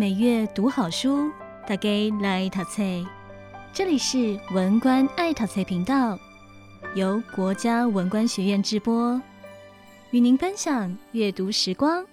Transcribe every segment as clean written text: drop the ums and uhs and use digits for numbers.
每月读好书，大家来读册。这里是文官爱读册频道，由国家文官学院制播，与您分享阅读时光。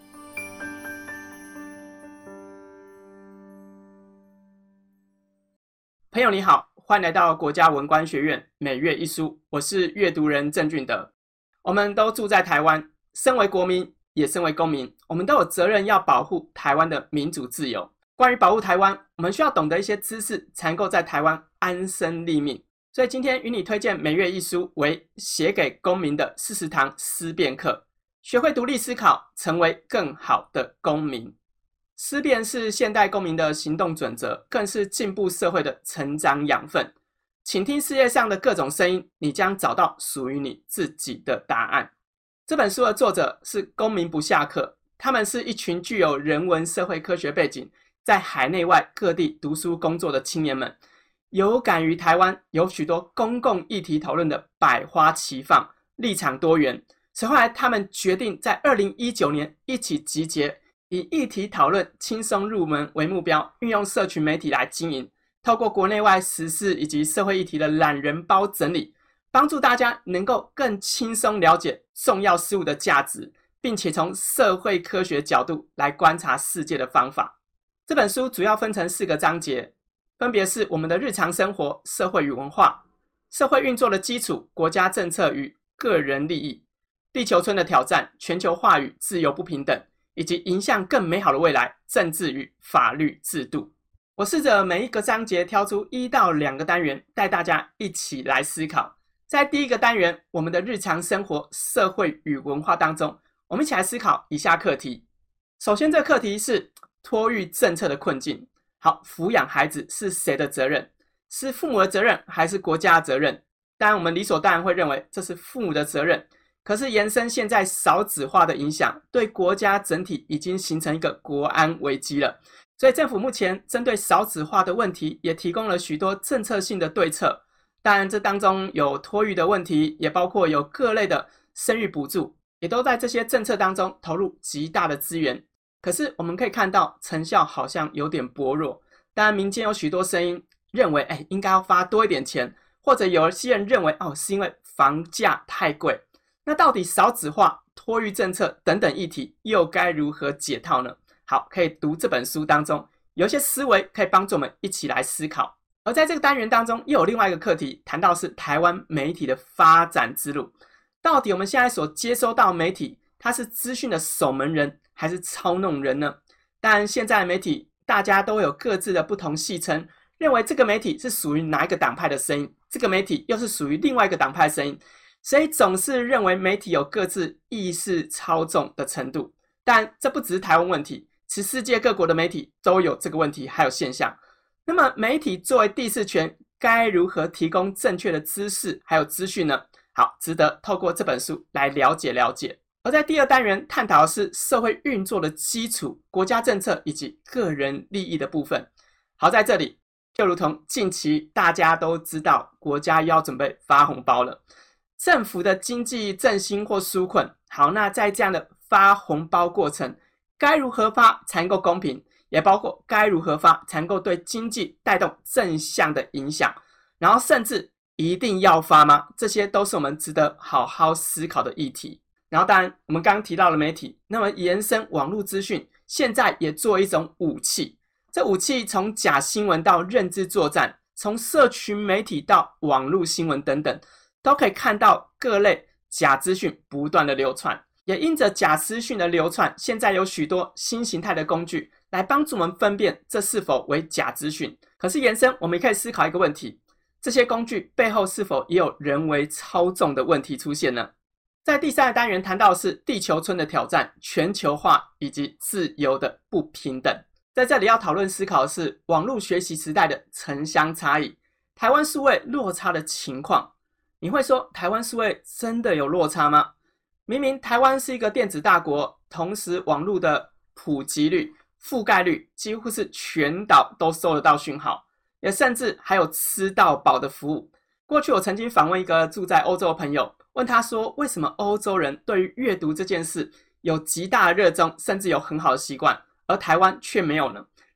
朋友你好，欢迎来到国家文官学院每月一书，我是阅读人郑俊德。我们都住在台湾，身为国民也身为公民，我们都有责任要保护台湾的民主自由。关于保护台湾，我们需要懂得一些知识，才能够在台湾安身立命。所以今天与你推荐每月一书为写给公民的40堂思辨课，学会独立思考，成为更好的公民。思辨是现代公民的行动准则，更是进步社会的成长养分。请听世界上的各种声音，你将找到属于你自己的答案。这本书的作者是公民不下课，他们是一群具有人文社会科学背景，在海内外各地读书工作的青年们，有感于台湾有许多公共议题讨论的百花齐放，立场多元，所以后来他们决定在2019年一起集结，以议题讨论轻松入门为目标，运用社群媒体来经营，透过国内外时事以及社会议题的懒人包整理，帮助大家能够更轻松了解重要事物的价值，并且从社会科学角度来观察世界的方法。这本书主要分成4个章节，分别是我们的日常生活、社会与文化、社会运作的基础、国家政策与个人利益、地球村的挑战、全球化与自由不平等，以及迎向更美好的未来，政治与法律制度。我试着每一个章节挑出1到2个单元，带大家一起来思考。在第1个单元，我们的日常生活、社会与文化当中，我们一起来思考以下课题。首先，这个课题是托育政策的困境。好，抚养孩子是谁的责任？是父母的责任还是国家的责任？当然我们理所当然会认为这是父母的责任，可是延伸现在少子化的影响，对国家整体已经形成一个国安危机了。所以政府目前针对少子化的问题，也提供了许多政策性的对策。当然这当中有托育的问题，也包括有各类的生育补助，也都在这些政策当中投入极大的资源。可是我们可以看到成效好像有点薄弱。当然民间有许多声音认为应该要发多一点钱，或者有些人认为是因为房价太贵。那到底少子化、托育政策等等议题又该如何解套呢？好，可以读这本书当中有一些思维可以帮助我们一起来思考。而在这个单元当中又有另外一个课题，谈到是台湾媒体的发展之路。到底我们现在所接收到媒体，它是资讯的守门人还是操弄人呢？当然现在的媒体大家都有各自的不同戏称，认为这个媒体是属于哪一个党派的声音，这个媒体又是属于另外一个党派的声音，所以总是认为媒体有各自意识操纵的程度。但这不只是台湾问题，其实世界各国的媒体都有这个问题还有现象。那么媒体作为第四权，该如何提供正确的知识还有资讯呢？好，值得透过这本书来了解了解。而在第2单元探讨的是社会运作的基础、国家政策以及个人利益的部分。好，在这里就如同近期大家都知道国家要准备发红包了，政府的经济振兴或纾困。好，那在这样的发红包过程，该如何发才能够公平，也包括该如何发才能够对经济带动正向的影响，然后甚至一定要发吗？这些都是我们值得好好思考的议题。然后当然我们刚刚提到了媒体，那么延伸网络资讯现在也作为一种武器。这武器从假新闻到认知作战，从社群媒体到网络新闻等等，都可以看到各类假资讯不断的流传。也因着假资讯的流传，现在有许多新形态的工具来帮助我们分辨这是否为假资讯。可是延伸我们也可以思考一个问题，这些工具背后是否也有人为操纵的问题出现呢？在第3个单元谈到的是地球村的挑战、全球化以及自由的不平等。在这里要讨论思考的是网络学习时代的城乡差异，台湾数位落差的情况。你会说台湾数位真的有落差吗？明明台湾是一个电子大国，同时网络的普及率、覆盖率几乎是全岛都收得到讯号，也甚至还有吃到饱的服务。过去我曾经访问一个住在欧洲的朋友，问他说为什么欧洲人对于阅读这件事有极大的热衷，甚至有很好的习惯，而台湾却没有呢？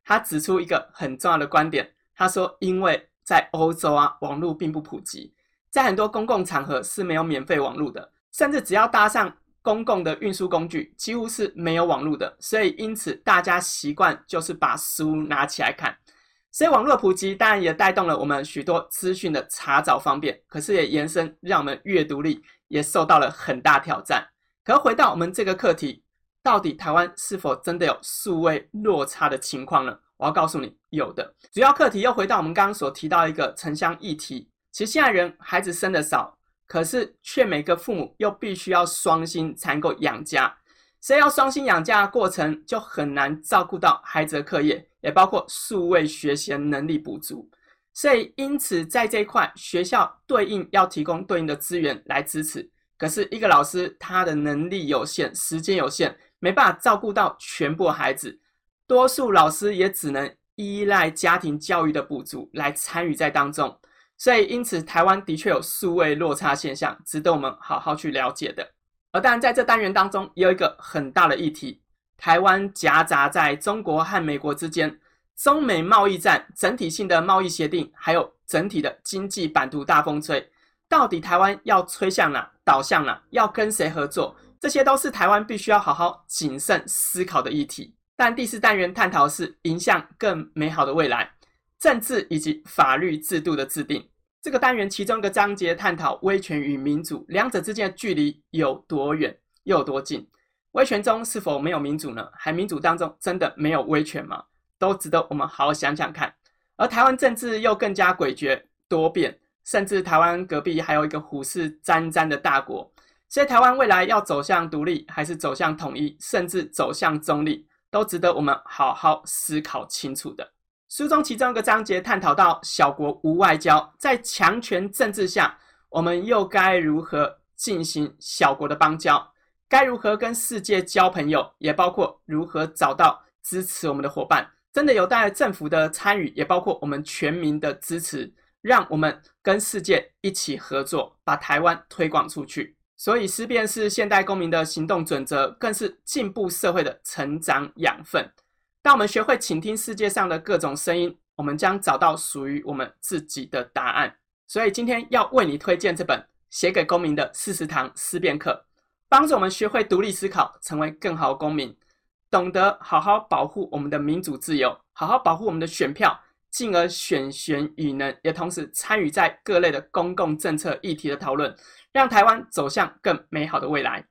他指出一个很重要的观点，他说因为在欧洲网络并不普及，在很多公共场合是没有免费网络的，甚至只要搭上公共的运输工具几乎是没有网络的，所以因此大家习惯就是把书拿起来看。所以网络普及当然也带动了我们许多资讯的查找方便，可是也延伸让我们阅读力也受到了很大挑战。可回到我们这个课题，到底台湾是否真的有数位落差的情况呢？我要告诉你，有的。主要课题又回到我们刚刚所提到的一个城乡议题，其实现在人孩子生得少，可是却每个父母又必须要双薪才能够养家，所以要双薪养家的过程就很难照顾到孩子的课业，也包括数位学习的能力补足。所以因此在这一块，学校对应要提供对应的资源来支持，可是一个老师他的能力有限，时间有限，没办法照顾到全部的孩子，多数老师也只能依赖家庭教育的补足来参与在当中。所以因此台湾的确有数位落差现象，值得我们好好去了解的。而当然在这单元当中也有一个很大的议题，台湾夹杂在中国和美国之间，中美贸易战、整体性的贸易协定，还有整体的经济版图大风吹，到底台湾要吹向哪、倒向哪，要跟谁合作，这些都是台湾必须要好好谨慎思考的议题。但第四单元探讨的是迎向更美好的未来，政治以及法律制度的制定。这个单元其中一个章节探讨威权与民主两者之间的距离有多远又有多近，威权中是否没有民主呢？还民主当中真的没有威权吗？都值得我们好好想想看。而台湾政治又更加诡谲多变，甚至台湾隔壁还有一个虎视眈眈的大国，所以台湾未来要走向独立还是走向统一，甚至走向中立，都值得我们好好思考清楚的。书中其中一个章节探讨到小国无外交，在强权政治下，我们又该如何进行小国的邦交，该如何跟世界交朋友，也包括如何找到支持我们的伙伴，真的有待政府的参与，也包括我们全民的支持，让我们跟世界一起合作，把台湾推广出去。所以思辨是现代公民的行动准则，更是进步社会的成长养分。当我们学会倾听世界上的各种声音，我们将找到属于我们自己的答案。所以今天要为你推荐这本写给公民的40堂思辨课，帮助我们学会独立思考，成为更好的公民，懂得好好保护我们的民主自由，好好保护我们的选票，进而选贤与能，也同时参与在各类的公共政策议题的讨论，让台湾走向更美好的未来。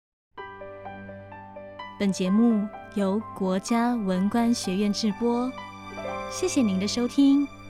本节目由国家文官学院制播，谢谢您的收听。